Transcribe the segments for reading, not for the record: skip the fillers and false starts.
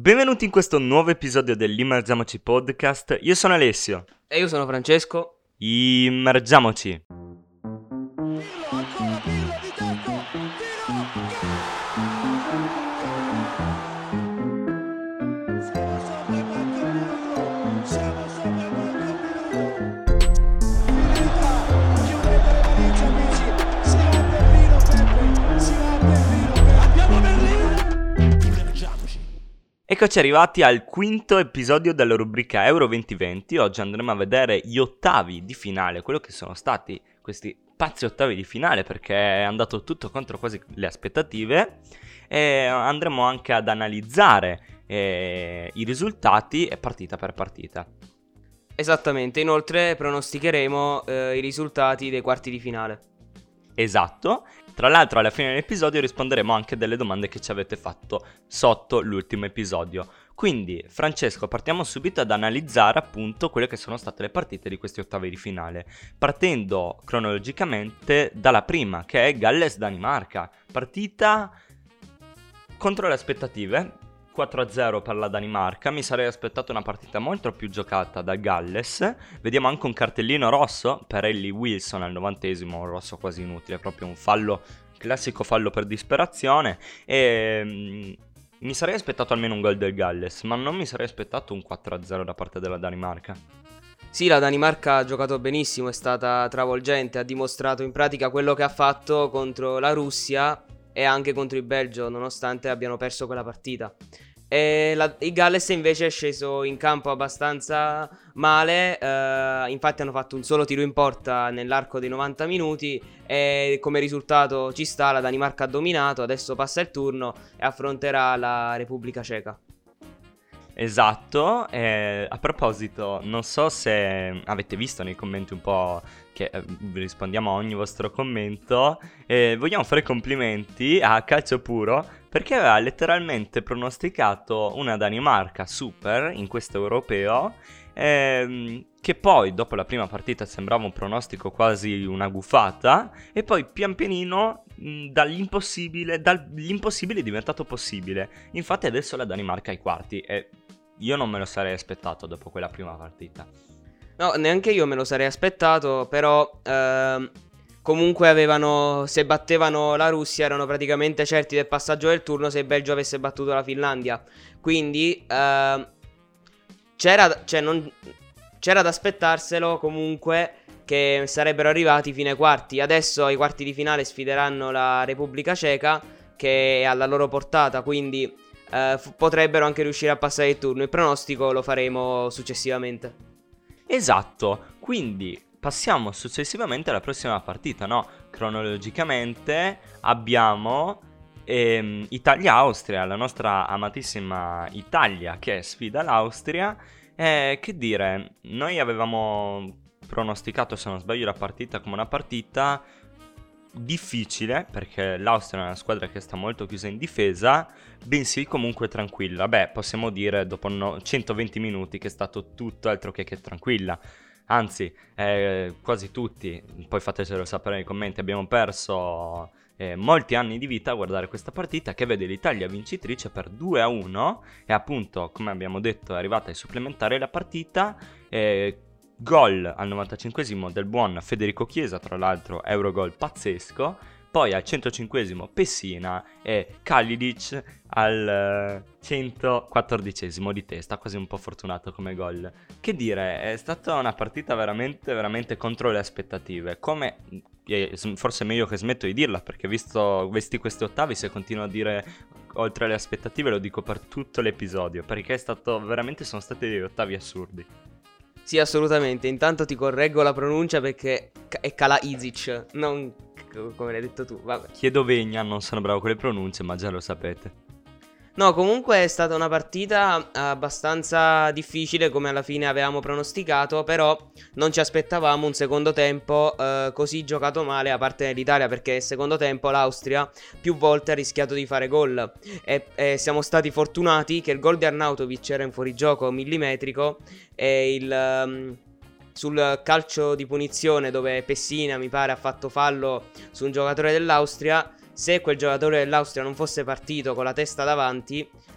Benvenuti in questo nuovo episodio dell'Immergiamoci Podcast. Io sono Alessio. E io sono Francesco. Immergiamoci. Eccoci arrivati al quinto episodio della rubrica Euro 2020. Oggi andremo a vedere gli ottavi di finale, quello che sono stati questi pazzi ottavi di finale, perché è andato tutto contro quasi le aspettative, e andremo anche ad analizzare i risultati partita per partita. Esattamente, inoltre pronosticheremo i risultati dei quarti di finale. Esatto. Tra l'altro alla fine dell'episodio risponderemo anche delle domande che ci avete fatto sotto l'ultimo episodio. Quindi Francesco, partiamo subito ad analizzare appunto quelle che sono state le partite di questi ottavi di finale, partendo cronologicamente dalla prima, che è Galles-Danimarca. Partita contro le aspettative, 4-0 per la Danimarca. Mi sarei aspettato una partita molto più giocata dal Galles. Vediamo anche un cartellino rosso per Ellie Wilson al 90esimo, un rosso quasi inutile, proprio un fallo, classico fallo per disperazione. E mi sarei aspettato almeno un gol del Galles, ma non mi sarei aspettato un 4-0 da parte della Danimarca. Sì, la Danimarca ha giocato benissimo, è stata travolgente, ha dimostrato in pratica quello che ha fatto contro la Russia e anche contro il Belgio, nonostante abbiano perso quella partita. Il Galles invece è sceso in campo abbastanza male, infatti hanno fatto un solo tiro in porta nell'arco dei 90 minuti e come risultato ci sta, la Danimarca ha dominato, adesso passa il turno e affronterà la Repubblica Ceca. Esatto, a proposito, non so se avete visto nei commenti un po' che vi rispondiamo a ogni vostro commento, vogliamo fare complimenti a Calcio Puro perché aveva letteralmente pronosticato una Danimarca super in questo europeo, che poi dopo la prima partita sembrava un pronostico quasi una gufata e poi pian pianino dall'impossibile è diventato possibile. Infatti adesso la Danimarca è ai quarti e io non me lo sarei aspettato dopo quella prima partita. No, neanche io me lo sarei aspettato, però comunque se battevano la Russia erano praticamente certi del passaggio del turno se il Belgio avesse battuto la Finlandia. Quindi c'era da aspettarselo comunque che sarebbero arrivati fino ai quarti. Adesso ai quarti di finale sfideranno la Repubblica Ceca, che è alla loro portata, quindi potrebbero anche riuscire a passare il turno. Il pronostico lo faremo successivamente. Esatto, quindi passiamo successivamente alla prossima partita, no? Cronologicamente abbiamo Italia-Austria, la nostra amatissima Italia che sfida l'Austria. Che dire, noi avevamo pronosticato, se non sbaglio, la partita come una partita difficile, perché l'Austria è una squadra che sta molto chiusa in difesa, bensì comunque tranquilla. Beh, possiamo dire dopo 120 minuti che è stato tutto altro che tranquilla. Anzi, quasi tutti, poi fatecelo sapere nei commenti, abbiamo perso molti anni di vita a guardare questa partita, che vede l'Italia vincitrice per 2-1 e appunto, come abbiamo detto, è arrivata ai supplementari la partita. Gol al 95esimo del buon Federico Chiesa, tra l'altro Eurogol pazzesco. Poi al 105esimo Pessina e Kalinic al 114esimo di testa, quasi un po' fortunato come gol. Che dire, è stata una partita veramente, veramente contro le aspettative. Come forse è meglio che smetto di dirla, perché visti questi ottavi, se continuo a dire oltre le aspettative lo dico per tutto l'episodio, perché sono stati degli ottavi assurdi. Sì, assolutamente. Intanto ti correggo la pronuncia perché è Kalaizic, non come l'hai detto tu. Vabbè. Chiedo vegna, non sono bravo con le pronunce, ma già lo sapete. No, comunque è stata una partita abbastanza difficile, come alla fine avevamo pronosticato, però non ci aspettavamo un secondo tempo così giocato male, a parte l'Italia, perché il secondo tempo l'Austria più volte ha rischiato di fare gol e siamo stati fortunati che il gol di Arnautovic era in fuorigioco millimetrico e sul calcio di punizione dove Pessina mi pare ha fatto fallo su un giocatore dell'Austria. Se quel giocatore dell'Austria non fosse partito con la testa davanti,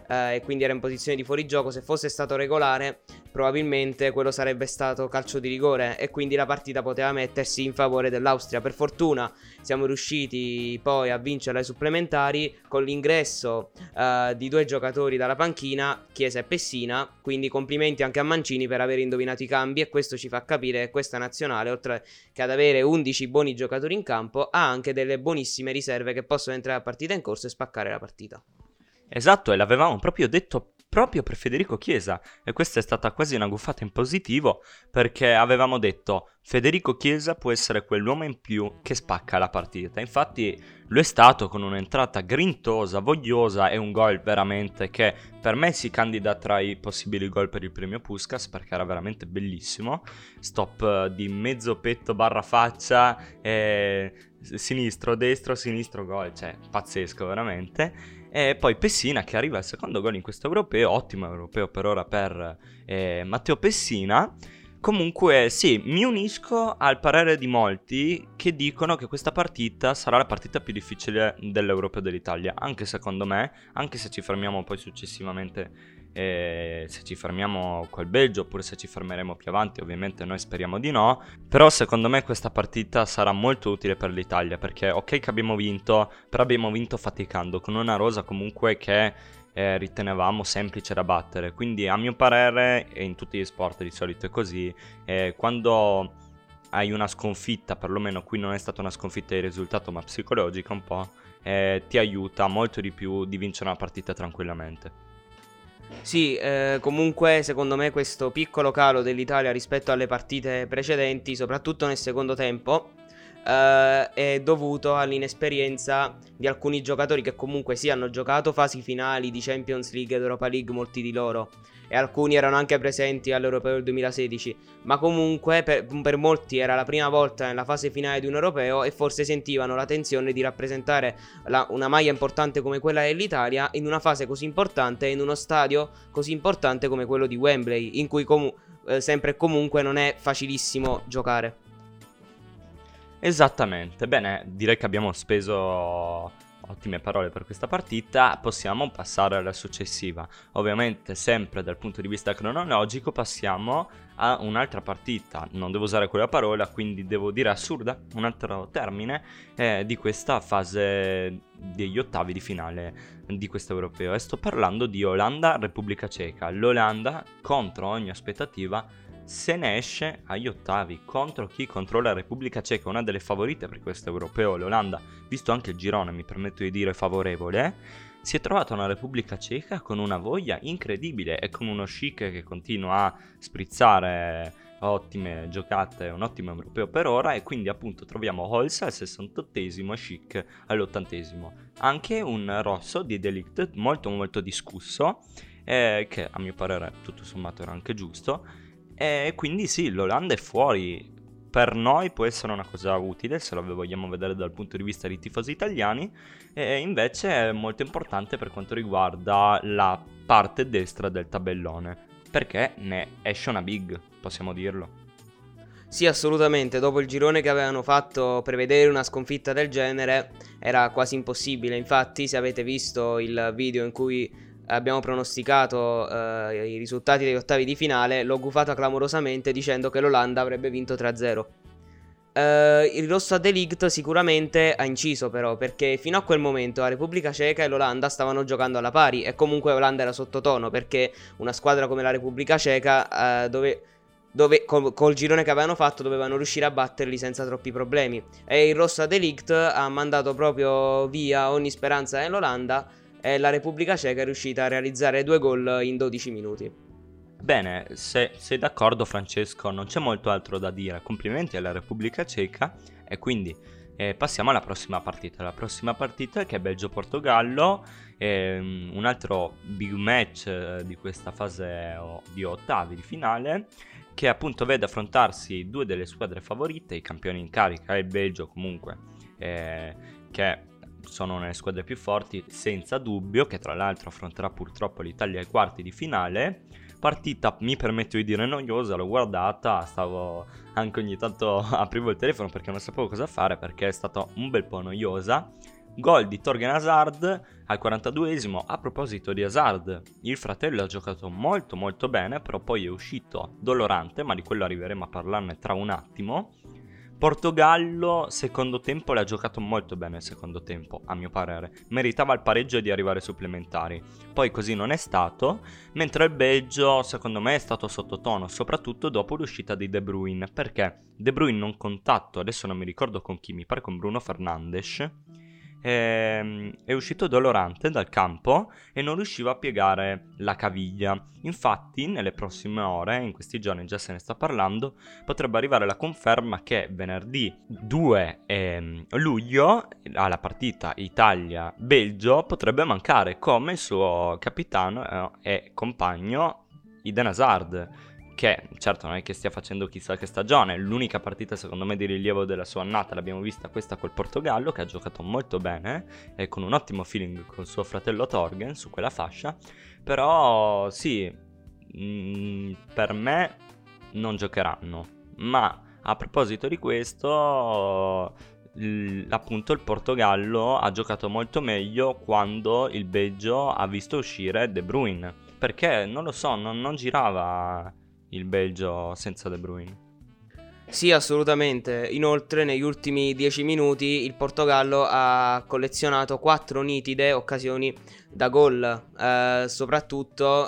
e quindi era in posizione di fuorigioco. Se fosse stato regolare probabilmente quello sarebbe stato calcio di rigore e quindi la partita poteva mettersi in favore dell'Austria. Per fortuna siamo riusciti poi a vincere ai supplementari con l'ingresso di 2 giocatori dalla panchina, Chiesa e Pessina, quindi complimenti anche a Mancini per aver indovinato i cambi, e questo ci fa capire che questa nazionale, oltre che ad avere 11 buoni giocatori in campo, ha anche delle buonissime riserve che possono entrare a partita in corso e spaccare la partita. Esatto, e l'avevamo proprio detto proprio per Federico Chiesa, e questa è stata quasi una guffata in positivo, perché avevamo detto Federico Chiesa può essere quell'uomo in più che spacca la partita. Infatti lo è stato, con un'entrata grintosa, vogliosa e un gol veramente che per me si candida tra i possibili gol per il premio Puskás, perché era veramente bellissimo. Stop di mezzo petto barra faccia, sinistro, destro, sinistro, gol, cioè pazzesco veramente. E poi Pessina che arriva al secondo gol in questo europeo, ottimo europeo per ora per Matteo Pessina. Comunque sì, mi unisco al parere di molti che dicono che questa partita sarà la partita più difficile dell'Europeo dell'Italia, anche secondo me, anche se ci fermiamo poi successivamente, se ci fermiamo col Belgio oppure se ci fermeremo più avanti, ovviamente noi speriamo di no, però secondo me questa partita sarà molto utile per l'Italia, perché ok che abbiamo vinto, però abbiamo vinto faticando, con una rosa comunque che ritenevamo semplice da battere. Quindi a mio parere, e in tutti gli sport di solito è così, quando hai una sconfitta, perlomeno qui non è stata una sconfitta di risultato ma psicologica un po', ti aiuta molto di più di vincere una partita tranquillamente. Sì, comunque secondo me questo piccolo calo dell'Italia rispetto alle partite precedenti, soprattutto nel secondo tempo, è dovuto all'inesperienza di alcuni giocatori che comunque sì hanno giocato fasi finali di Champions League ed Europa League, molti di loro, e alcuni erano anche presenti all'Europeo del 2016, ma comunque per molti era la prima volta nella fase finale di un Europeo e forse sentivano la tensione di rappresentare una maglia importante come quella dell'Italia in una fase così importante, in uno stadio così importante come quello di Wembley, in cui sempre e comunque non è facilissimo giocare. Esattamente, bene, direi che abbiamo speso ottime parole per questa partita, possiamo passare alla successiva. Ovviamente sempre dal punto di vista cronologico passiamo a un'altra partita, non devo usare quella parola, quindi devo dire assurda, un altro termine, di questa fase degli ottavi di finale di questo europeo, e sto parlando di Olanda-Repubblica Ceca. L'Olanda, contro ogni aspettativa, se ne esce agli ottavi. Contro chi? Contro la Repubblica Ceca, una delle favorite per questo europeo. L'Olanda, visto anche il girone, mi permetto di dire favorevole, si è trovata una Repubblica Ceca con una voglia incredibile e con uno Schick che continua a sprizzare ottime giocate, un ottimo europeo per ora, e quindi appunto troviamo Holz al 68esimo e Schick all'80esimo. Anche un rosso di De Ligt molto molto discusso, che a mio parere tutto sommato era anche giusto. E quindi sì, l'Olanda è fuori. Per noi può essere una cosa utile se la vogliamo vedere dal punto di vista dei tifosi italiani, e invece è molto importante per quanto riguarda la parte destra del tabellone, perché ne esce una big, possiamo dirlo. Sì, assolutamente, dopo il girone che avevano fatto, prevedere una sconfitta del genere era quasi impossibile. Infatti, se avete visto il video in cui abbiamo pronosticato i risultati degli ottavi di finale, l'ho gufata clamorosamente dicendo che l'Olanda avrebbe vinto 3-0. Il rosso a De Ligt sicuramente ha inciso però, perché fino a quel momento la Repubblica Ceca e l'Olanda stavano giocando alla pari, e comunque l'Olanda era sottotono, perché una squadra come la Repubblica Ceca col girone che avevano fatto dovevano riuscire a batterli senza troppi problemi, e il rosso a De Ligt ha mandato proprio via ogni speranza nell'Olanda, e la Repubblica Ceca è riuscita a realizzare 2 gol in 12 minuti. Bene, se sei d'accordo Francesco, non c'è molto altro da dire. Complimenti alla Repubblica Ceca, e quindi passiamo alla prossima partita. La prossima partita, che è Belgio-Portogallo, un altro big match di questa fase di ottavi di finale, che appunto vede affrontarsi due delle squadre favorite, i campioni in carica, e il Belgio comunque, che sono nelle squadre più forti senza dubbio, che tra l'altro affronterà purtroppo l'Italia ai quarti di finale. Partita, mi permetto di dire, noiosa, l'ho guardata, stavo anche ogni tanto aprivo il telefono perché non sapevo cosa fare, perché è stata un bel po' noiosa, Gol di Torgan Hazard al 42esimo. A proposito di Hazard, il fratello ha giocato molto molto bene, però poi è uscito dolorante, ma di quello arriveremo a parlarne tra un attimo. Portogallo, secondo tempo, l'ha giocato molto bene il secondo tempo, a mio parere. Meritava il pareggio di arrivare ai supplementari. Poi così non è stato, mentre il Belgio, secondo me, è stato sottotono, soprattutto dopo l'uscita di De Bruyne. Perché De Bruyne in un contatto, adesso non mi ricordo con chi, mi pare con Bruno Fernandes, è uscito dolorante dal campo e non riusciva a piegare la caviglia. Infatti nelle prossime ore, in questi giorni già se ne sta parlando, potrebbe arrivare la conferma che venerdì 2 luglio alla partita Italia-Belgio potrebbe mancare come il suo capitano e compagno Eden Hazard, che certo non è che stia facendo chissà che stagione. L'unica partita secondo me di rilievo della sua annata l'abbiamo vista questa col Portogallo, che ha giocato molto bene e con un ottimo feeling con suo fratello Torgen su quella fascia. Però sì, per me non giocheranno. Ma a proposito di questo, appunto il Portogallo ha giocato molto meglio quando il Belgio ha visto uscire De Bruyne, perché non lo so, non girava il Belgio senza De Bruyne. Sì, assolutamente. Inoltre, negli ultimi 10 minuti il Portogallo ha collezionato 4 nitide occasioni da gol. Soprattutto,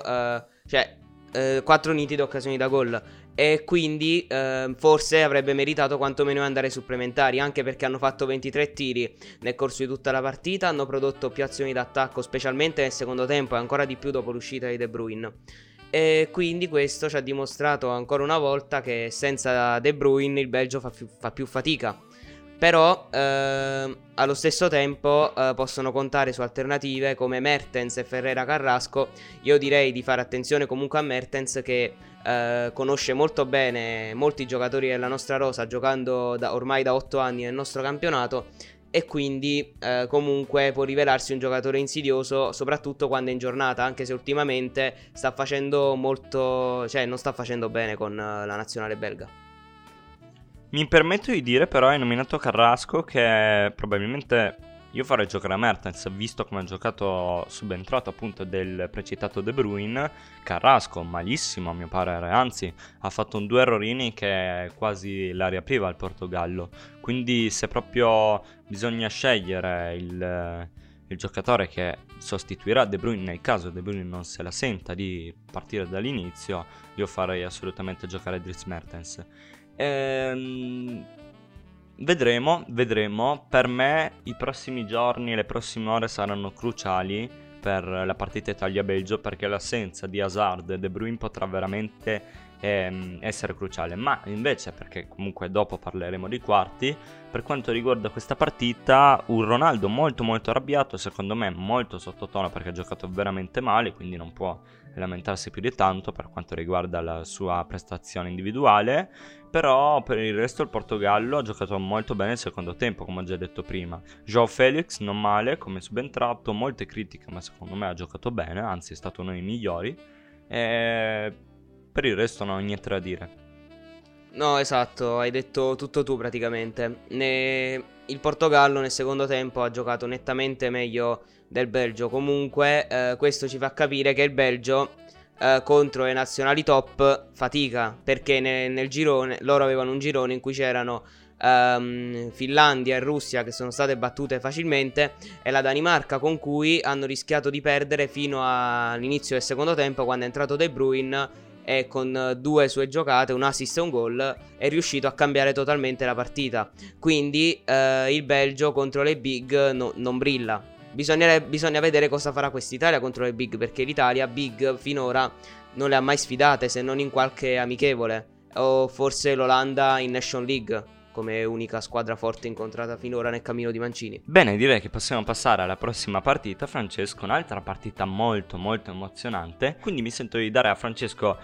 4 nitide occasioni da gol. E quindi forse avrebbe meritato quantomeno andare ai supplementari, anche perché hanno fatto 23 tiri nel corso di tutta la partita, hanno prodotto più azioni d'attacco, specialmente nel secondo tempo e ancora di più dopo l'uscita di De Bruyne. E quindi questo ci ha dimostrato ancora una volta che senza De Bruyne il Belgio fa più fatica. Però allo stesso tempo possono contare su alternative come Mertens e Ferreira Carrasco. Io direi di fare attenzione comunque a Mertens, che conosce molto bene molti giocatori della nostra rosa, giocando ormai da 8 anni nel nostro campionato, e quindi comunque può rivelarsi un giocatore insidioso, soprattutto quando è in giornata, anche se ultimamente sta facendo molto, non sta facendo bene con la nazionale belga. Mi permetto di dire però, hai nominato Carrasco, che probabilmente io farei giocare a Mertens, visto come ha giocato subentrato appunto del precitato De Bruyne. Carrasco malissimo a mio parere, anzi ha fatto 2 errorini che quasi la riapriva al Portogallo. Quindi se proprio bisogna scegliere il giocatore che sostituirà De Bruyne nel caso De Bruyne non se la senta di partire dall'inizio, io farei assolutamente giocare Dries Mertens. Vedremo. Per me i prossimi giorni e le prossime ore saranno cruciali per la partita Italia-Belgio, perché l'assenza di Hazard e De Bruyne potrà veramente essere cruciale. Ma invece, perché comunque dopo parleremo dei quarti, per quanto riguarda questa partita, un Ronaldo molto molto arrabbiato, secondo me molto sottotono, perché ha giocato veramente male, quindi non può lamentarsi più di tanto per quanto riguarda la sua prestazione individuale. Però per il resto il Portogallo ha giocato molto bene il secondo tempo, come ho già detto prima. João Felix non male come subentrato, molte critiche, ma secondo me ha giocato bene, anzi è stato uno dei migliori. E per il resto non ho niente da dire. No, esatto, hai detto tutto tu praticamente. Il Portogallo nel secondo tempo ha giocato nettamente meglio del Belgio. Comunque questo ci fa capire che il Belgio contro le nazionali top fatica, perché nel girone loro avevano un girone in cui c'erano Finlandia e Russia, che sono state battute facilmente, e la Danimarca, con cui hanno rischiato di perdere fino all'inizio del secondo tempo, quando è entrato De Bruyne e con 2 sue giocate, un assist e un gol, è riuscito a cambiare totalmente la partita. Quindi il Belgio contro le big non brilla. Bisogna vedere cosa farà quest'Italia contro le big, perché l'Italia big finora non le ha mai sfidate, se non in qualche amichevole, o forse l'Olanda in Nation League come unica squadra forte incontrata finora nel cammino di Mancini. Bene, direi che possiamo passare alla prossima partita, Francesco, un'altra partita molto molto emozionante, quindi mi sento di dare a Francesco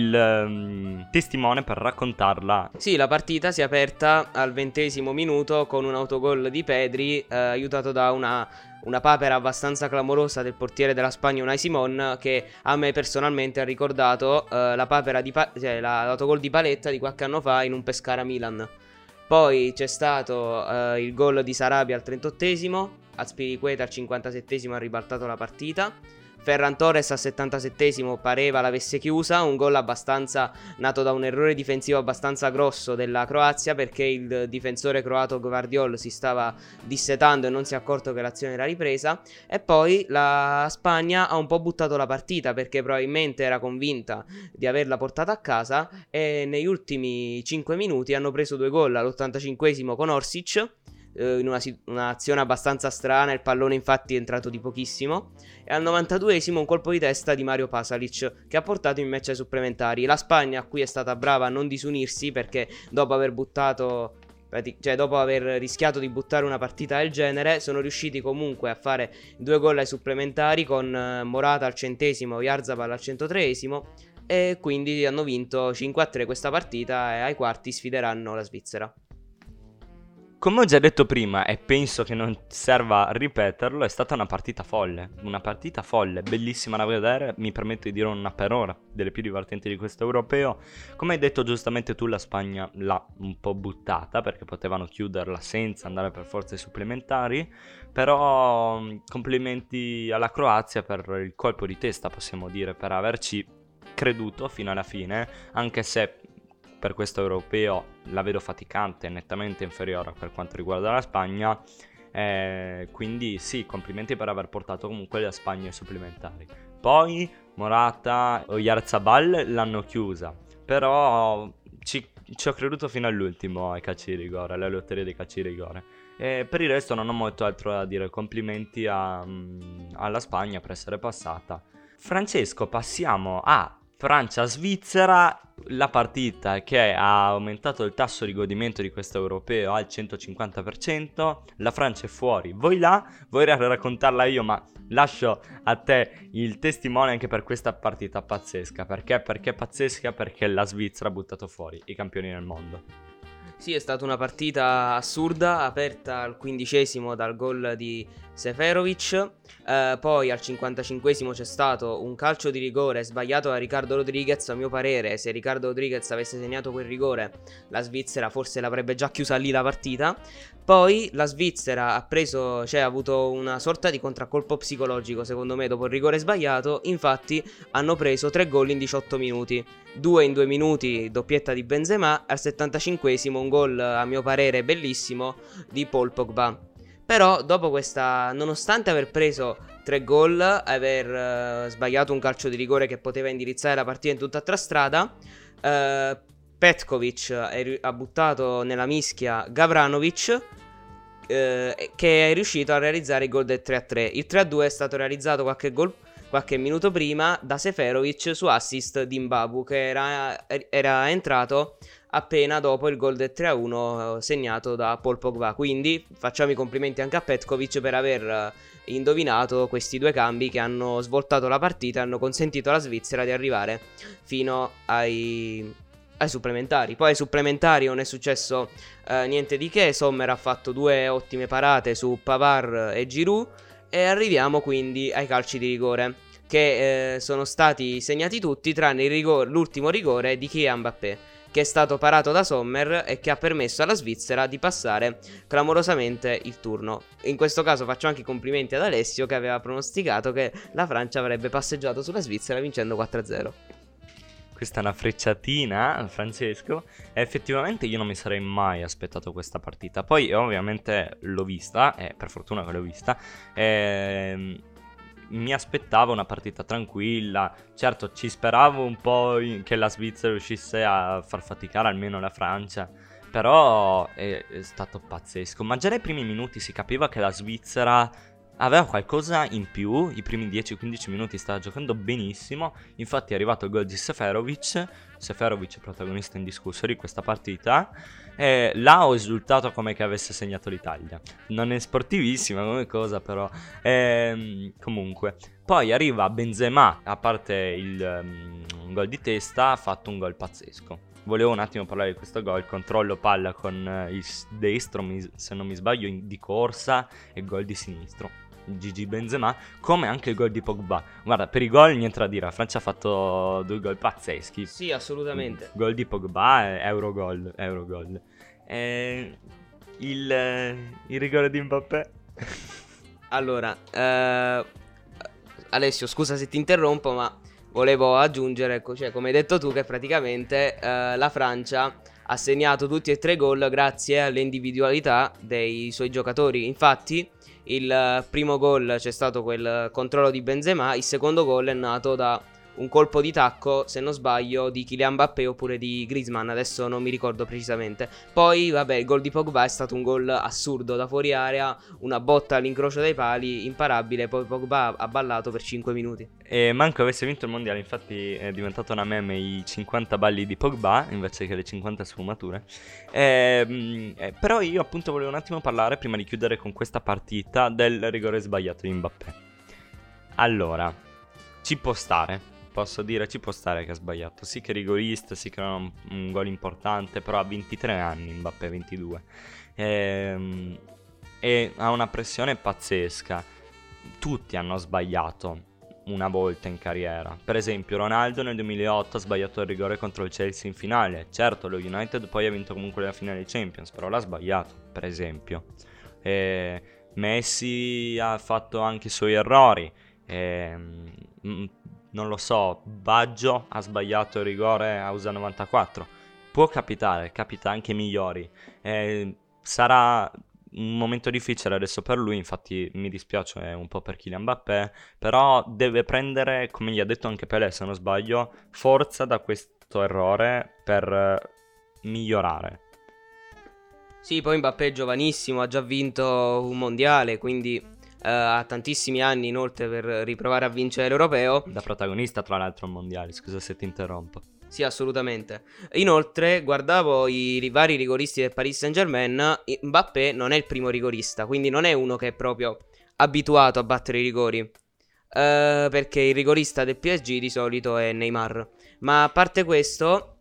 il testimone per raccontarla. Sì, la partita si è aperta al 20° minuto con un autogol di Pedri, aiutato da una papera abbastanza clamorosa del portiere della Spagna, Unai Simon, che a me personalmente ha ricordato la papera l'autogol di Paletta di qualche anno fa in un Pescara Milan. Poi c'è stato il gol di Sarabia al 38°, Azpilicueta al 57esimo ha ribaltato la partita. Ferran Torres al 77esimo pareva l'avesse chiusa, un gol abbastanza nato da un errore difensivo abbastanza grosso della Croazia, perché il difensore croato Gvardiol si stava dissetando e non si è accorto che l'azione era ripresa. E poi la Spagna ha un po' buttato la partita, perché probabilmente era convinta di averla portata a casa, e negli ultimi 5 minuti hanno preso 2 gol, all'85esimo con Orsic, in un'azione abbastanza strana. Il pallone infatti è entrato di pochissimo, e al 92esimo un colpo di testa di Mario Pasalic che ha portato in match ai supplementari. La Spagna, a cui è stata brava a non disunirsi, perché dopo aver buttato, cioè dopo aver rischiato di buttare una partita del genere, sono riusciti comunque a fare 2 gol ai supplementari, con Morata al 100esimo e Oyarzabal al 103esimo, e quindi hanno vinto 5-3 questa partita, e ai quarti sfideranno la Svizzera. Come ho già detto prima, e penso che non serva ripeterlo, è stata una partita folle, bellissima da vedere, mi permetto di dire una per ora, delle più divertenti di questo europeo. Come hai detto giustamente tu, la Spagna l'ha un po' buttata, perché potevano chiuderla senza andare per forza ai supplementari, però complimenti alla Croazia per il colpo di testa, possiamo dire, per averci creduto fino alla fine, anche se per questo europeo la vedo faticante, nettamente inferiore per quanto riguarda la Spagna, quindi sì, complimenti per aver portato comunque la Spagna ai supplementari. Poi Morata o Oyarzabal l'hanno chiusa, però ci ho creduto fino all'ultimo ai calci di rigore, alle lotterie dei calci di rigore. E per il resto non ho molto altro da dire, complimenti alla Spagna per essere passata. Francesco, passiamo a Francia-Svizzera, la partita che ha aumentato il tasso di godimento di questo europeo al 150%, la Francia è fuori, voi là, vorrei raccontarla io, ma lascio a te il testimone anche per questa partita pazzesca. Perché? Perché pazzesca? Perché la Svizzera ha buttato fuori i campioni del mondo. Sì, è stata una partita assurda, aperta al 15esimo dal gol di Seferovic, poi al 55esimo c'è stato un calcio di rigore sbagliato da Ricardo Rodriguez. A mio parere, se Ricardo Rodriguez avesse segnato quel rigore, la Svizzera forse l'avrebbe già chiusa lì la partita. Poi la Svizzera ha avuto una sorta di contraccolpo psicologico, secondo me, dopo il rigore sbagliato. Infatti hanno preso 3 gol in 18 minuti. 2 in 2 minuti, doppietta di Benzema, al 75esimo un gol a mio parere bellissimo di Paul Pogba. Però dopo questa, nonostante aver preso 3 gol, aver sbagliato un calcio di rigore che poteva indirizzare la partita in tutt'altra strada, Petkovic ha buttato nella mischia Gavranovic, che è riuscito a realizzare il gol del 3-3. Il 3-2 è stato realizzato qualche minuto prima da Seferovic su assist di Mbabu, che era entrato appena dopo il gol del 3-1 segnato da Paul Pogba. Quindi facciamo i complimenti anche a Petkovic per aver indovinato questi 2 cambi che hanno svoltato la partita e hanno consentito alla Svizzera di arrivare fino ai supplementari. Poi ai supplementari non è successo niente di che. Sommer ha fatto 2 ottime parate su Pavard e Giroud, e arriviamo quindi ai calci di rigore, che sono stati segnati tutti tranne l'ultimo rigore di Kylian Mbappé, che è stato parato da Sommer e che ha permesso alla Svizzera di passare clamorosamente il turno. In questo caso faccio anche i complimenti ad Alessio, che aveva pronosticato che la Francia avrebbe passeggiato sulla Svizzera vincendo 4-0. Questa è una frecciatina, Francesco, e effettivamente io non mi sarei mai aspettato questa partita. Poi ovviamente l'ho vista, e per fortuna che l'ho vista, mi aspettavo una partita tranquilla. Certo, ci speravo un po' che la Svizzera riuscisse a far faticare almeno la Francia, però è stato pazzesco. Ma già nei primi minuti si capiva che la Svizzera aveva qualcosa in più. I primi 10-15 minuti stava giocando benissimo. Infatti è arrivato il gol di Seferovic è protagonista indiscusso di questa partita, e là ho esultato come che avesse segnato l'Italia. Non è sportivissima come cosa, però comunque. Poi arriva Benzema, a parte un gol di testa, ha fatto un gol pazzesco. Volevo un attimo parlare di questo gol: controllo palla con il destro, se non mi sbaglio, di corsa, e gol di sinistro. Gigi Benzema, come anche il gol di Pogba. Guarda, per i gol niente da dire, la Francia ha fatto 2 gol pazzeschi. Sì, assolutamente. Gol di Pogba, Eurogol. Il rigore di Mbappé. Allora, Alessio, scusa se ti interrompo, ma volevo aggiungere, cioè, come hai detto tu, che praticamente la Francia ha segnato tutti e 3 gol grazie alle individualità dei suoi giocatori. Infatti, il primo gol c'è stato quel controllo di Benzema, il secondo gol è nato da un colpo di tacco, se non sbaglio, di Kylian Mbappé oppure di Griezmann, adesso non mi ricordo precisamente. Poi, vabbè, il gol di Pogba è stato un gol assurdo da fuori area, una botta all'incrocio dei pali, imparabile, poi Pogba ha ballato per 5 minuti. E manco avesse vinto il mondiale, infatti è diventato una meme i 50 balli di Pogba invece che le 50 sfumature. Però io appunto volevo un attimo parlare, prima di chiudere con questa partita, del rigore sbagliato di Mbappé. Allora, ci può stare. Posso dire, ci può stare che ha sbagliato. Sì che è rigorista, sì che era un gol importante, però ha 23 anni, Mbappé 22. E ha una pressione pazzesca. Tutti hanno sbagliato una volta in carriera. Per esempio Ronaldo nel 2008 ha sbagliato il rigore contro il Chelsea in finale. Certo, lo United poi ha vinto comunque la finale dei Champions, però l'ha sbagliato, per esempio. Messi ha fatto anche i suoi errori. Non lo so, Baggio ha sbagliato il rigore a USA 94. Può capitare, capita anche ai migliori. Sarà un momento difficile adesso per lui, infatti mi dispiace un po' per Kylian Mbappé, però deve prendere, come gli ha detto anche Pelé se non sbaglio, forza da questo errore per migliorare. Sì, poi Mbappé è giovanissimo, ha già vinto un mondiale, quindi ha tantissimi anni inoltre per riprovare a vincere l'Europeo. Da protagonista tra l'altro al mondiale, scusa se ti interrompo. Sì, assolutamente. Inoltre, guardavo i vari rigoristi del Paris Saint-Germain. Mbappé non è il primo rigorista, quindi non è uno che è proprio abituato a battere i rigori. Perché il rigorista del PSG di solito è Neymar. Ma a parte questo,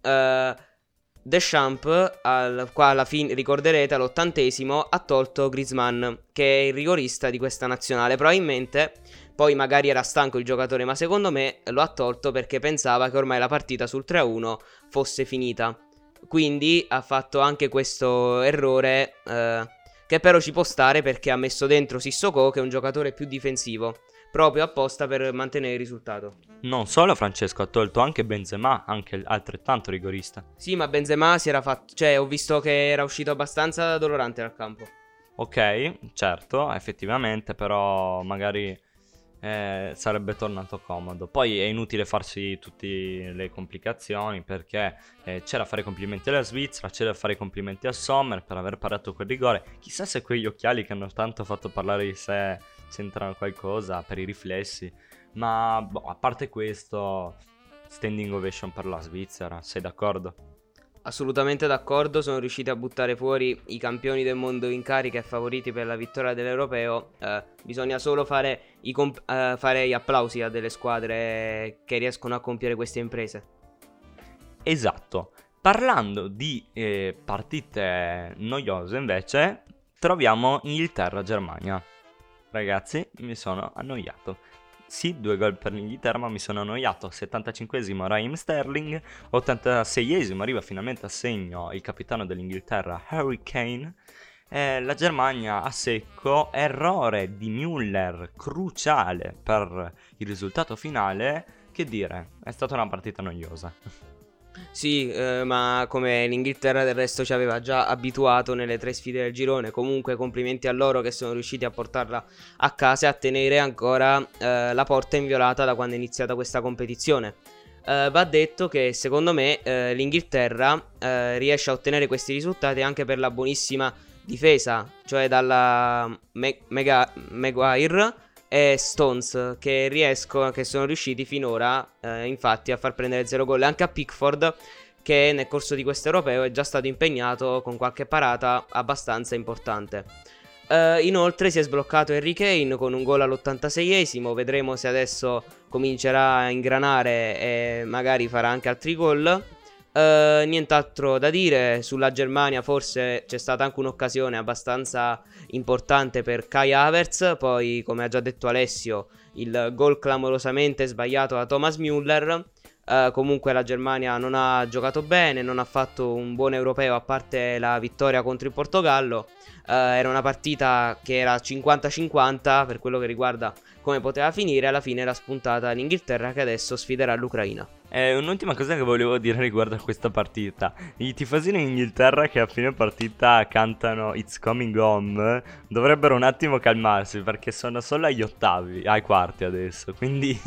Deschamps, qua alla fine, ricorderete, all'80° ha tolto Griezmann, che è il rigorista di questa nazionale. Probabilmente poi magari era stanco il giocatore, ma secondo me lo ha tolto perché pensava che ormai la partita sul 3-1 fosse finita. Quindi ha fatto anche questo errore, che però ci può stare perché ha messo dentro Sissoko, che è un giocatore più difensivo, proprio apposta per mantenere il risultato. Non solo Francesco, ha tolto anche Benzema, anche altrettanto rigorista. Sì, ma Benzema si era fatto, cioè ho visto che era uscito abbastanza dolorante dal campo. Ok, certo, effettivamente, però magari sarebbe tornato comodo. Poi è inutile farsi tutte le complicazioni perché c'è da fare complimenti alla Svizzera, c'è da fare complimenti a Sommer per aver parato quel rigore. Chissà se quegli occhiali che hanno tanto fatto parlare di sé c'entrano qualcosa per i riflessi. Ma a parte questo, standing ovation per la Svizzera, sei d'accordo? Assolutamente d'accordo, sono riusciti a buttare fuori i campioni del mondo in carica e favoriti per la vittoria dell'Europeo. Bisogna solo fare gli applausi a delle squadre che riescono a compiere queste imprese. Esatto. Parlando di partite noiose invece, troviamo Inghilterra-Germania. Ragazzi, mi sono annoiato. Sì, 2 gol per l'Inghilterra, ma mi sono annoiato. 75esimo Raheem Sterling, 86esimo arriva finalmente a segno il capitano dell'Inghilterra Harry Kane. La Germania a secco, errore di Müller cruciale per il risultato finale. Che dire, è stata una partita noiosa. Sì, ma come l'Inghilterra del resto ci aveva già abituato nelle 3 sfide del girone. Comunque complimenti a loro che sono riusciti a portarla a casa e a tenere ancora la porta inviolata da quando è iniziata questa competizione. Va detto che secondo me l'Inghilterra riesce a ottenere questi risultati anche per la buonissima difesa, cioè dalla Maguire e Stones, che sono riusciti finora infatti a far prendere 0 gol, anche a Pickford, che nel corso di questo europeo è già stato impegnato con qualche parata abbastanza importante. Inoltre si è sbloccato Harry Kane con un gol all'86esimo. Vedremo se adesso comincerà a ingranare e magari farà anche altri gol. Nient'altro da dire sulla Germania. Forse c'è stata anche un'occasione abbastanza importante per Kai Havertz. Poi, come ha già detto Alessio, il gol clamorosamente sbagliato da Thomas Müller. Comunque la Germania non ha giocato bene, non ha fatto un buon europeo a parte la vittoria contro il Portogallo. Era una partita che era 50-50 per quello che riguarda come poteva finire. Alla fine era spuntata l'Inghilterra, che adesso sfiderà l'Ucraina. Un'ultima cosa che volevo dire riguardo a questa partita. I tifosi in Inghilterra che a fine partita cantano It's Coming Home dovrebbero un attimo calmarsi, perché sono solo agli ottavi, ai quarti adesso. Quindi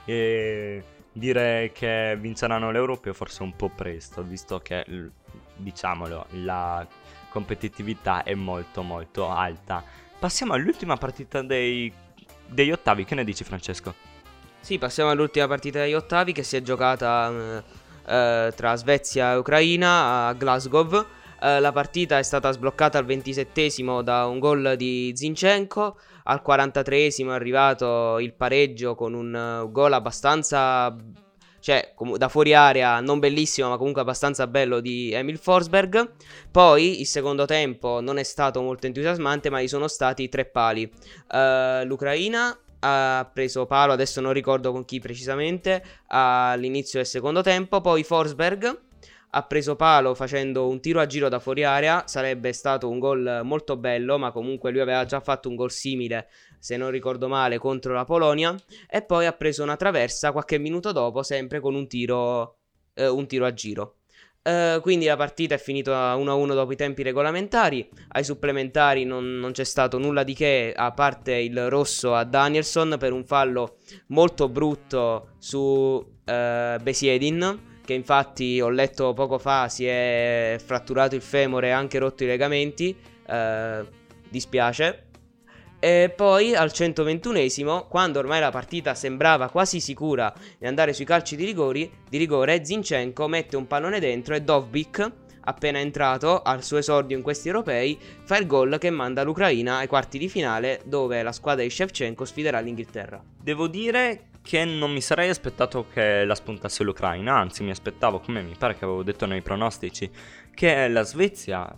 dire che vinceranno l'Europeo forse è un po' presto, visto che, diciamolo, la competitività è molto molto alta. Passiamo all'ultima partita degli ottavi. Che ne dici, Francesco? Sì, passiamo all'ultima partita degli ottavi, che si è giocata tra Svezia e Ucraina a Glasgow. La partita è stata sbloccata al 27esimo da un gol di Zinchenko. Al 43esimo è arrivato il pareggio con un gol abbastanza, cioè da fuori area, non bellissimo ma comunque abbastanza bello, di Emil Forsberg. Poi il secondo tempo non è stato molto entusiasmante, ma ci sono stati 3 pali. L'Ucraina ha preso palo, adesso non ricordo con chi precisamente, all'inizio del secondo tempo. Poi Forsberg ha preso palo facendo un tiro a giro da fuori area. Sarebbe stato un gol molto bello, ma comunque lui aveva già fatto un gol simile, se non ricordo male, contro la Polonia. E poi ha preso una traversa qualche minuto dopo, sempre con un tiro a giro. Quindi la partita è finita 1-1 dopo i tempi regolamentari. Ai supplementari non c'è stato nulla di che, a parte il rosso a Danielson per un fallo molto brutto su Besiedin, che infatti ho letto poco fa si è fratturato il femore e anche rotto i legamenti. Dispiace. E poi al 121esimo, quando ormai la partita sembrava quasi sicura di andare sui calci di rigore, Zinchenko mette un pallone dentro e Dovbyk, appena entrato al suo esordio in questi europei, fa il gol che manda l'Ucraina ai quarti di finale, dove la squadra di Shevchenko sfiderà l'Inghilterra. Devo dire che non mi sarei aspettato che la spuntasse l'Ucraina, anzi mi aspettavo, come mi pare che avevo detto nei pronostici, che la Svezia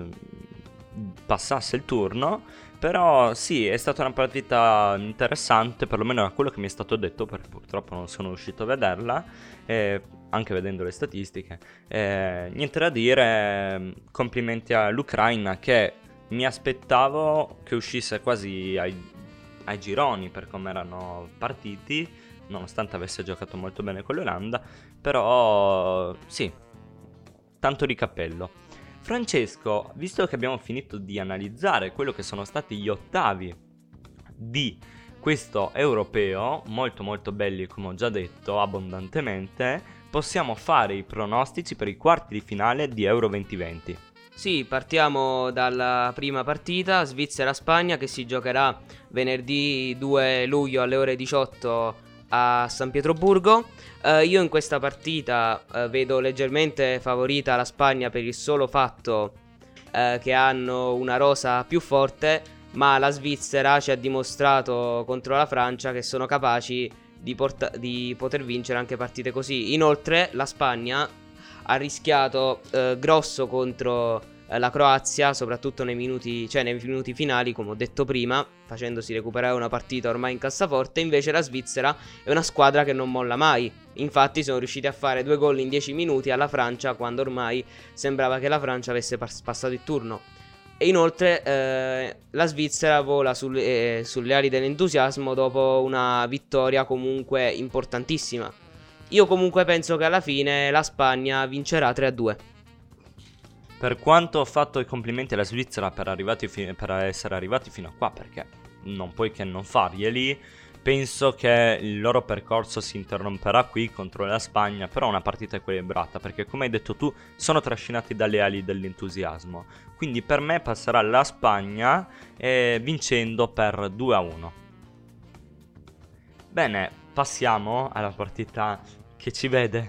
passasse il turno. Però sì, è stata una partita interessante, perlomeno da quello che mi è stato detto, perché purtroppo non sono riuscito a vederla, anche vedendo le statistiche. Niente da dire, complimenti all'Ucraina, che mi aspettavo che uscisse quasi ai gironi per come erano partiti, nonostante avesse giocato molto bene con l'Olanda. Però sì, tanto di cappello. Francesco, visto che abbiamo finito di analizzare quello che sono stati gli ottavi di questo europeo, molto molto belli come ho già detto abbondantemente, possiamo fare i pronostici per i quarti di finale di Euro 2020. Sì, partiamo dalla prima partita, Svizzera-Spagna, che si giocherà venerdì 2 luglio alle ore 18 a San Pietroburgo. Io in questa partita vedo leggermente favorita la Spagna per il solo fatto che hanno una rosa più forte, ma la Svizzera ci ha dimostrato contro la Francia che sono capaci di poter vincere anche partite così. Inoltre la Spagna ha rischiato grosso contro la Croazia, soprattutto nei minuti finali, come ho detto prima, facendosi recuperare una partita ormai in cassaforte. Invece la Svizzera è una squadra che non molla mai. Infatti sono riusciti a fare 2 gol in 10 minuti alla Francia, quando ormai sembrava che la Francia avesse passato il turno. E inoltre la Svizzera vola sulle ali dell'entusiasmo dopo una vittoria comunque importantissima. Io comunque penso che alla fine la Spagna vincerà 3-2. Per quanto ho fatto i complimenti alla Svizzera per essere arrivati fino a qua, perché non puoi che non farglieli, penso che il loro percorso si interromperà qui contro la Spagna, però una partita equilibrata, perché come hai detto tu sono trascinati dalle ali dell'entusiasmo. Quindi per me passerà la Spagna vincendo per 2-1. Bene, passiamo alla partita che ci vede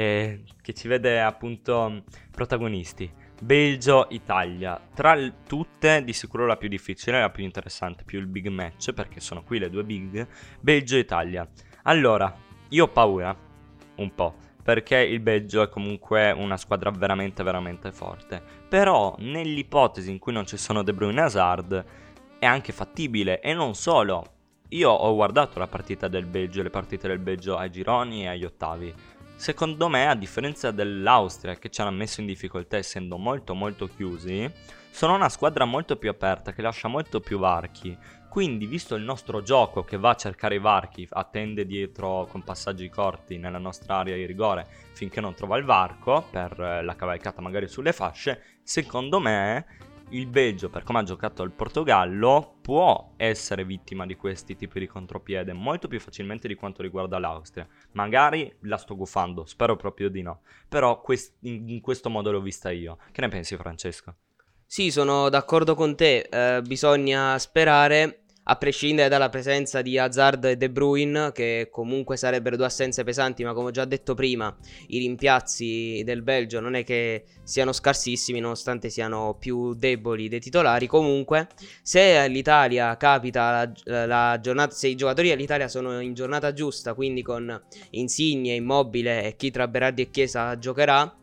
appunto protagonisti. Belgio-Italia, tra tutte di sicuro la più difficile, la più interessante, più il big match, perché sono qui le due big. Belgio-Italia. Allora, io ho paura un po', perché il Belgio è comunque una squadra veramente veramente forte. Però nell'ipotesi in cui non ci sono De Bruyne e Hazard è anche fattibile. E non solo, io ho guardato la partita del Belgio, le partite del Belgio ai gironi e agli ottavi. secondo me, a differenza dell'Austria, che ci hanno messo in difficoltà essendo molto molto chiusi, sono una squadra molto più aperta, che lascia molto più varchi. Quindi, visto il nostro gioco che va a cercare i varchi, attende dietro con passaggi corti nella nostra area di rigore finché non trova il varco per la cavalcata magari sulle fasce, secondo me il Belgio, per come ha giocato il Portogallo, può essere vittima di questi tipi di contropiede molto più facilmente di quanto riguarda l'Austria. Magari la sto gufando, spero proprio di no, però in questo modo l'ho vista io. Che ne pensi, Francesco? Sì, sono d'accordo con te, bisogna sperare, a prescindere dalla presenza di Hazard e De Bruyne, che comunque sarebbero due assenze pesanti, ma come ho già detto prima, i rimpiazzi del Belgio non è che siano scarsissimi, nonostante siano più deboli dei titolari. Comunque, se l'Italia capita la giornata, se i giocatori dell'Italia sono in giornata giusta, quindi con Insigne, Immobile e chi tra Berardi e Chiesa giocherà,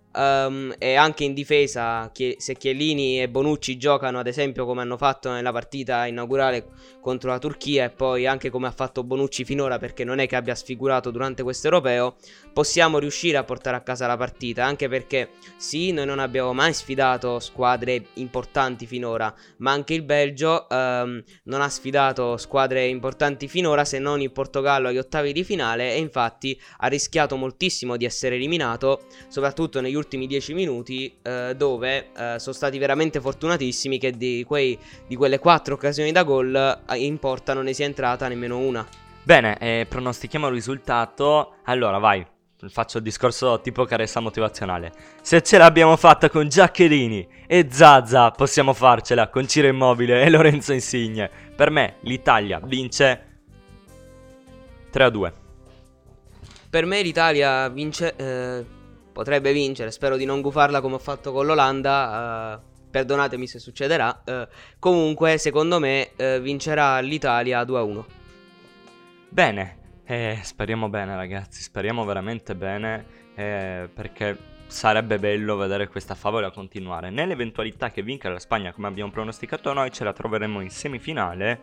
e anche in difesa, se Chiellini e Bonucci giocano ad esempio come hanno fatto nella partita inaugurale contro la Turchia, e poi anche come ha fatto Bonucci finora, perché non è che abbia sfigurato durante questo europeo, possiamo riuscire a portare a casa la partita. Anche perché sì, noi non abbiamo mai sfidato squadre importanti finora, ma anche il Belgio non ha sfidato squadre importanti finora, se non il Portogallo agli ottavi di finale, e infatti ha rischiato moltissimo di essere eliminato, soprattutto negli ultimi 10 minuti, dove sono stati veramente fortunatissimi che di quelle 4 occasioni da gol in porta non ne sia entrata nemmeno una. Bene, pronostichiamo il risultato. Allora, vai, faccio il discorso tipo carezza motivazionale. Se ce l'abbiamo fatta con Giaccherini e Zaza, possiamo farcela con Ciro Immobile e Lorenzo Insigne. Per me l'Italia vince 3-2. Per me l'Italia vince, potrebbe vincere, spero di non gufarla come ho fatto con l'Olanda, perdonatemi se succederà. Comunque secondo me vincerà l'Italia 2-1. Bene, speriamo bene ragazzi, speriamo veramente bene, perché sarebbe bello vedere questa favola continuare. Nell'eventualità che vinca la Spagna come abbiamo pronosticato noi, ce la troveremo in semifinale,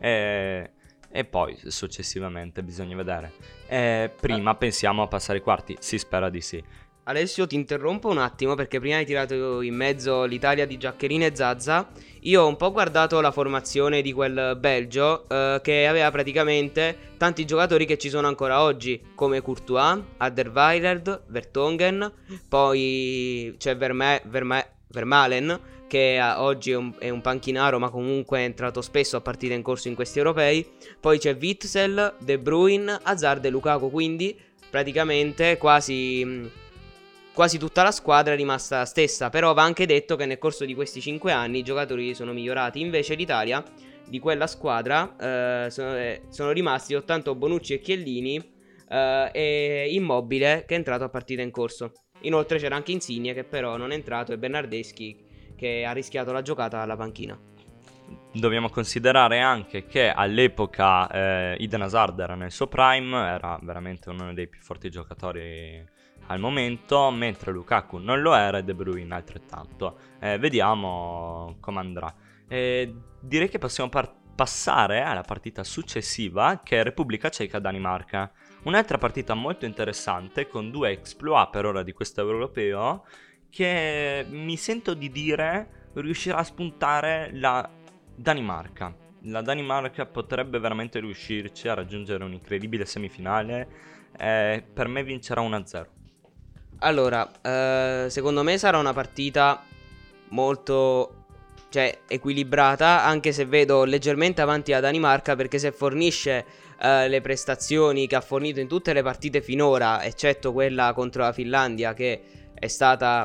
e poi successivamente bisogna vedere. Prima pensiamo a passare ai quarti, si spera di sì. Alessio, ti interrompo un attimo perché prima hai tirato in mezzo l'Italia di Giaccherini e Zaza. Io ho un po' guardato la formazione di quel Belgio, che aveva praticamente tanti giocatori che ci sono ancora oggi, come Courtois, Alderweireld, Vertonghen, poi c'è Vermaelen, che oggi è un panchinaro, ma comunque è entrato spesso a partite in corso in questi europei. Poi c'è Witsel, De Bruyne, Hazard e Lukaku, quindi praticamente quasi tutta la squadra è rimasta la stessa. Però va anche detto che nel corso di questi 5 anni i giocatori sono migliorati. Invece l'Italia, di quella squadra, sono rimasti soltanto Bonucci e Chiellini, e Immobile, che è entrato a partita in corso. Inoltre c'era anche Insigne, che però non è entrato, e Bernardeschi, che ha rischiato la giocata alla panchina. Dobbiamo considerare anche che all'epoca Eden Hazard era nel suo prime, era veramente uno dei più forti giocatori al momento, mentre Lukaku non lo era e De Bruyne altrettanto. Vediamo come andrà. Direi che possiamo passare alla partita successiva, che è Repubblica Ceca-Danimarca. Un'altra partita molto interessante, con 2 exploit per ora di questo europeo, che mi sento di dire riuscirà a spuntare la Danimarca. La Danimarca potrebbe veramente riuscirci a raggiungere un'incredibile semifinale. Per me vincerà 1-0. Allora, secondo me sarà una partita molto, equilibrata, anche se vedo leggermente avanti la Danimarca, perché se fornisce le prestazioni che ha fornito in tutte le partite finora, eccetto quella contro la Finlandia, che è stata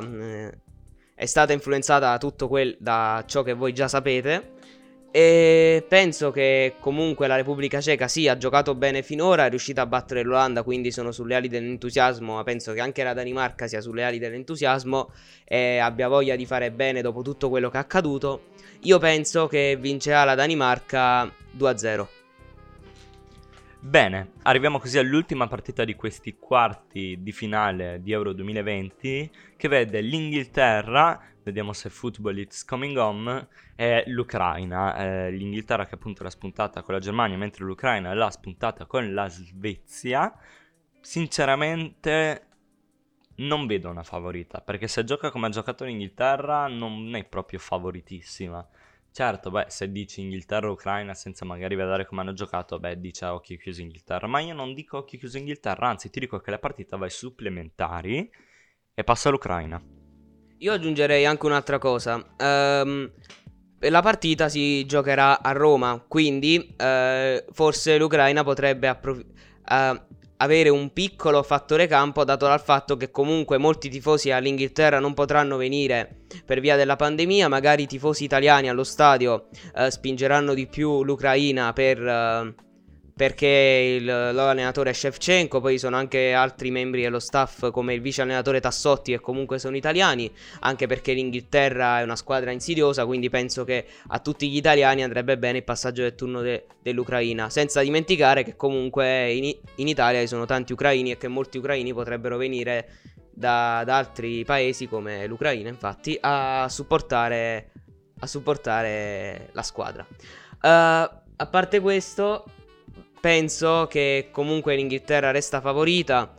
influenzata da ciò che voi già sapete. E penso che comunque la Repubblica Ceca ha giocato bene finora, è riuscita a battere l'Olanda, quindi sono sulle ali dell'entusiasmo, ma penso che anche la Danimarca sia sulle ali dell'entusiasmo e abbia voglia di fare bene dopo tutto quello che è accaduto. Io penso che vincerà la Danimarca 2-0. Bene, arriviamo così all'ultima partita di questi quarti di finale di Euro 2020, che vede l'Inghilterra, vediamo se football it's coming home, e l'Ucraina. L'Inghilterra che appunto l'ha spuntata con la Germania, mentre l'Ucraina l'ha spuntata con la Svezia. sinceramente non vedo una favorita, perché se gioca come ha giocato l'Inghilterra non è proprio favoritissima. Certo, beh, se dici Inghilterra-Ucraina senza magari vedere come hanno giocato, beh, dice a occhi chiusi Inghilterra. Ma io non dico occhi chiusi Inghilterra, anzi ti dico che la partita va ai supplementari e passa l'Ucraina. Io aggiungerei anche un'altra cosa. La partita si giocherà a Roma, quindi forse l'Ucraina potrebbe avere un piccolo fattore campo, dato dal fatto che comunque molti tifosi all'Inghilterra non potranno venire per via della pandemia. Magari i tifosi italiani allo stadio spingeranno di più l'Ucraina perché l'allenatore è Shevchenko. Poi sono anche altri membri dello staff come il vice allenatore Tassotti, che comunque sono italiani, anche perché l'Inghilterra è una squadra insidiosa, quindi penso che a tutti gli italiani andrebbe bene il passaggio del turno dell'Ucraina, senza dimenticare che comunque in Italia ci sono tanti ucraini e che molti ucraini potrebbero venire da altri paesi come l'Ucraina, infatti, a supportare la squadra. A parte questo, penso che comunque l'Inghilterra resta favorita.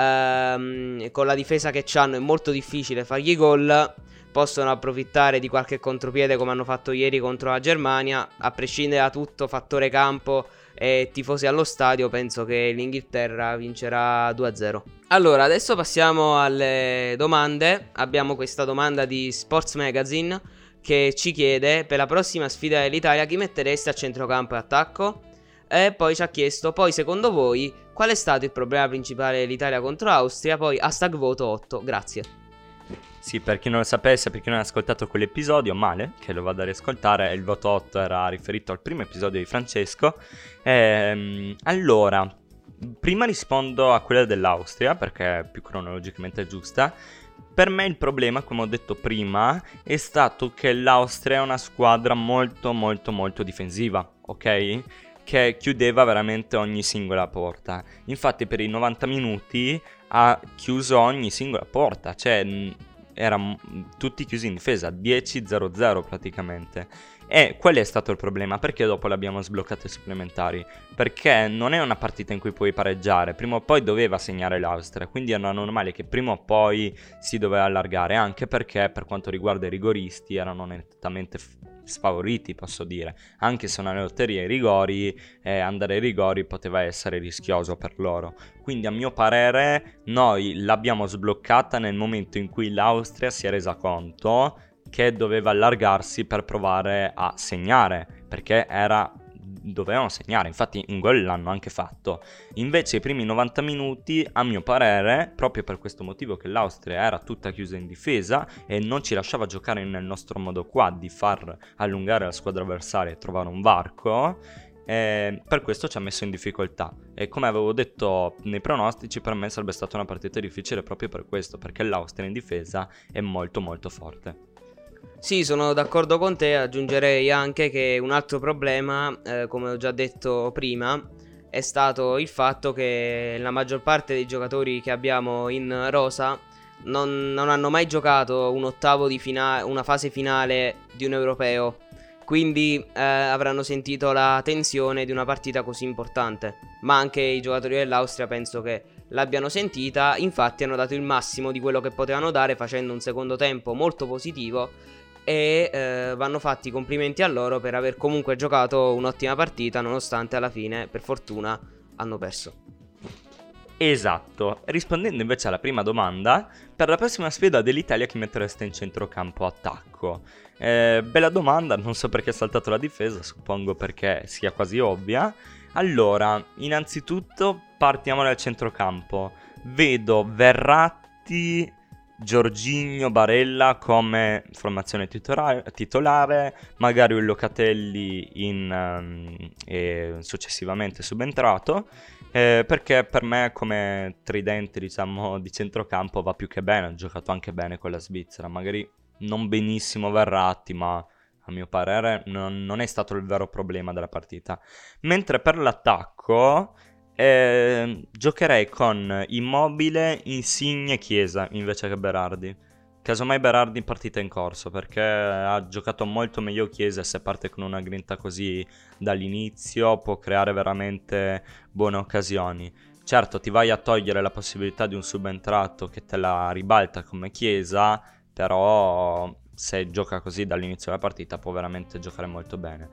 Con la difesa che hanno è molto difficile fargli gol. Possono approfittare di qualche contropiede come hanno fatto ieri contro la Germania. A prescindere da tutto, fattore campo e tifosi allo stadio, penso che l'Inghilterra vincerà 2-0. Allora, adesso passiamo alle domande. Abbiamo questa domanda di Sports Magazine che ci chiede: per la prossima sfida dell'Italia chi mettereste a centrocampo e attacco? E poi ci ha chiesto: poi secondo voi qual è stato il problema principale dell'Italia contro Austria? Poi #voto 8, grazie. Sì, per chi non lo sapesse, per chi non ha ascoltato quell'episodio, male, che lo vada a riascoltare, il voto 8 era riferito al primo episodio di Francesco. Allora, prima rispondo a quella dell'Austria, perché è più cronologicamente giusta. Per me il problema, come ho detto prima, è stato che l'Austria è una squadra molto molto molto difensiva, ok? Che chiudeva veramente ogni singola porta. Infatti per i 90 minuti ha chiuso ogni singola porta, cioè erano tutti chiusi in difesa, 10-0-0 praticamente. E qual è stato il problema? Perché dopo l'abbiamo sbloccato ai supplementari? Perché non è una partita in cui puoi pareggiare, prima o poi doveva segnare l'Austria, quindi era normale che prima o poi si doveva allargare, anche perché per quanto riguarda i rigoristi erano nettamente sfavoriti, posso dire, anche se una lotteria ai rigori, andare ai rigori poteva essere rischioso per loro. Quindi a mio parere noi l'abbiamo sbloccata nel momento in cui l'Austria si è resa conto che doveva allargarsi per provare a segnare, perché dovevano segnare, infatti un gol l'hanno anche fatto. Invece i primi 90 minuti, a mio parere, proprio per questo motivo che l'Austria era tutta chiusa in difesa e non ci lasciava giocare nel nostro modo qua di far allungare la squadra avversaria e trovare un varco, per questo ci ha messo in difficoltà. E come avevo detto nei pronostici, per me sarebbe stata una partita difficile proprio per questo, perché l'Austria in difesa è molto molto forte. Sì, sono d'accordo con te. Aggiungerei anche che un altro problema, come ho già detto prima, è stato il fatto che la maggior parte dei giocatori che abbiamo in rosa non hanno mai giocato un ottavo di finale, una fase finale di un europeo. Quindi avranno sentito la tensione di una partita così importante. Ma anche i giocatori dell'Austria penso che l'abbiano sentita. Infatti hanno dato il massimo di quello che potevano dare, facendo un secondo tempo molto positivo. E vanno fatti i complimenti a loro per aver comunque giocato un'ottima partita, nonostante alla fine, per fortuna, hanno perso. Esatto. Rispondendo invece alla prima domanda, per la prossima sfida dell'Italia chi mettereste in centrocampo attacco? Bella domanda, non so perché ha saltato la difesa, suppongo perché sia quasi ovvia. Allora, innanzitutto partiamo dal centrocampo. Vedo Verratti, Jorginho, Barella come formazione titolare, magari un Locatelli successivamente subentrato, perché per me come tridente, diciamo, di centrocampo va più che bene. Ha giocato anche bene con la Svizzera, magari non benissimo Verratti, ma a mio parere non è stato il vero problema della partita. Mentre per l'attacco giocherei con Immobile, Insigne e Chiesa invece che Berardi. Casomai Berardi in partita in corso, perché ha giocato molto meglio Chiesa, e se parte con una grinta così dall'inizio può creare veramente buone occasioni. certo ti vai a togliere la possibilità di un subentrato che te la ribalta come Chiesa, però se gioca così dall'inizio della partita può veramente giocare molto bene.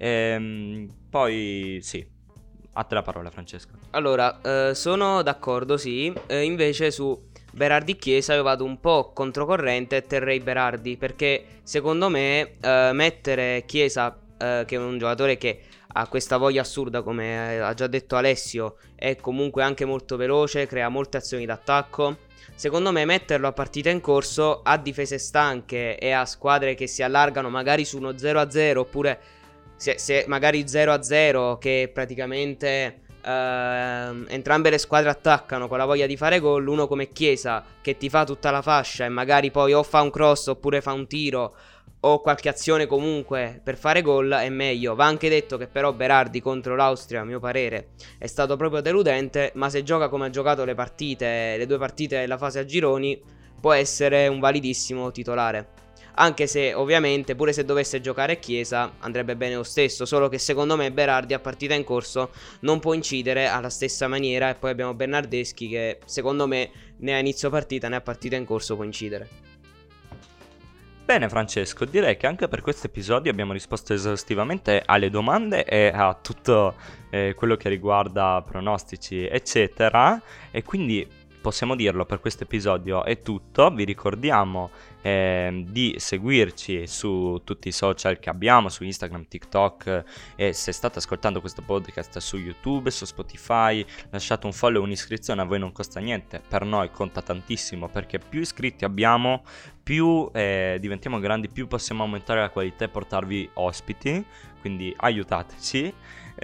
Poi sì, a te la parola, Francesco. Allora, sono d'accordo, sì. Invece su Berardi Chiesa io vado un po' controcorrente e terrei Berardi, perché secondo me mettere Chiesa, che è un giocatore che ha questa voglia assurda, come ha già detto Alessio, è comunque anche molto veloce, crea molte azioni d'attacco. Secondo me metterlo a partita in corso, a difese stanche e a squadre che si allargano magari su uno 0-0, oppure se magari 0-0, che praticamente entrambe le squadre attaccano con la voglia di fare gol, uno come Chiesa che ti fa tutta la fascia e magari poi o fa un cross oppure fa un tiro o qualche azione comunque per fare gol, è meglio. Va anche detto che però Berardi contro l'Austria, a mio parere, è stato proprio deludente, ma se gioca come ha giocato le due partite della fase a gironi, può essere un validissimo titolare. Anche se ovviamente pure se dovesse giocare Chiesa andrebbe bene lo stesso, solo che secondo me Berardi a partita in corso non può incidere alla stessa maniera, e poi abbiamo Bernardeschi che secondo me né a inizio partita né a partita in corso può incidere. Bene Francesco, direi che anche per questo episodio abbiamo risposto esaustivamente alle domande e a tutto quello che riguarda pronostici eccetera, e quindi possiamo dirlo, per questo episodio è tutto. Vi ricordiamo di seguirci su tutti i social che abbiamo, su Instagram, TikTok, e se state ascoltando questo podcast su YouTube, su Spotify, lasciate un follow e un'iscrizione, a voi non costa niente, per noi conta tantissimo, perché più iscritti abbiamo, più diventiamo grandi, più possiamo aumentare la qualità e portarvi ospiti, quindi aiutateci.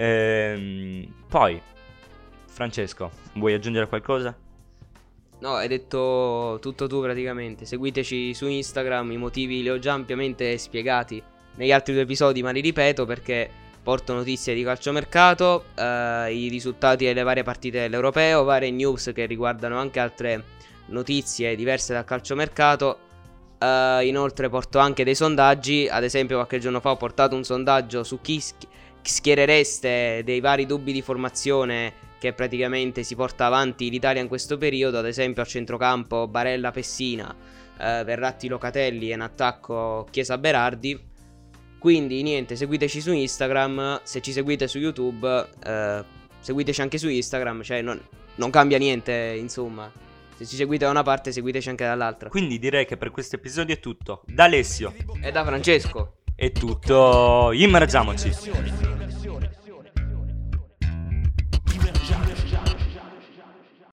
Poi Francesco, vuoi aggiungere qualcosa? No, hai detto tutto tu praticamente. Seguiteci su Instagram, i motivi li ho già ampiamente spiegati negli altri 2 episodi, ma li ripeto perché porto notizie di calciomercato, i risultati delle varie partite dell'Europeo, varie news che riguardano anche altre notizie diverse dal calciomercato. Inoltre porto anche dei sondaggi. Ad esempio qualche giorno fa ho portato un sondaggio su chi schierereste dei vari dubbi di formazione che praticamente si porta avanti l'Italia in questo periodo. Ad esempio a centrocampo Barella Pessina, Verratti Locatelli, e in attacco Chiesa Berardi. Quindi niente, seguiteci su Instagram. Se ci seguite su YouTube, seguiteci anche su Instagram. Cioè non cambia niente, insomma. Se ci seguite da una parte, seguiteci anche dall'altra. Quindi direi che per questo episodio è tutto. Da Alessio e da Francesco è tutto. Immergiamoci.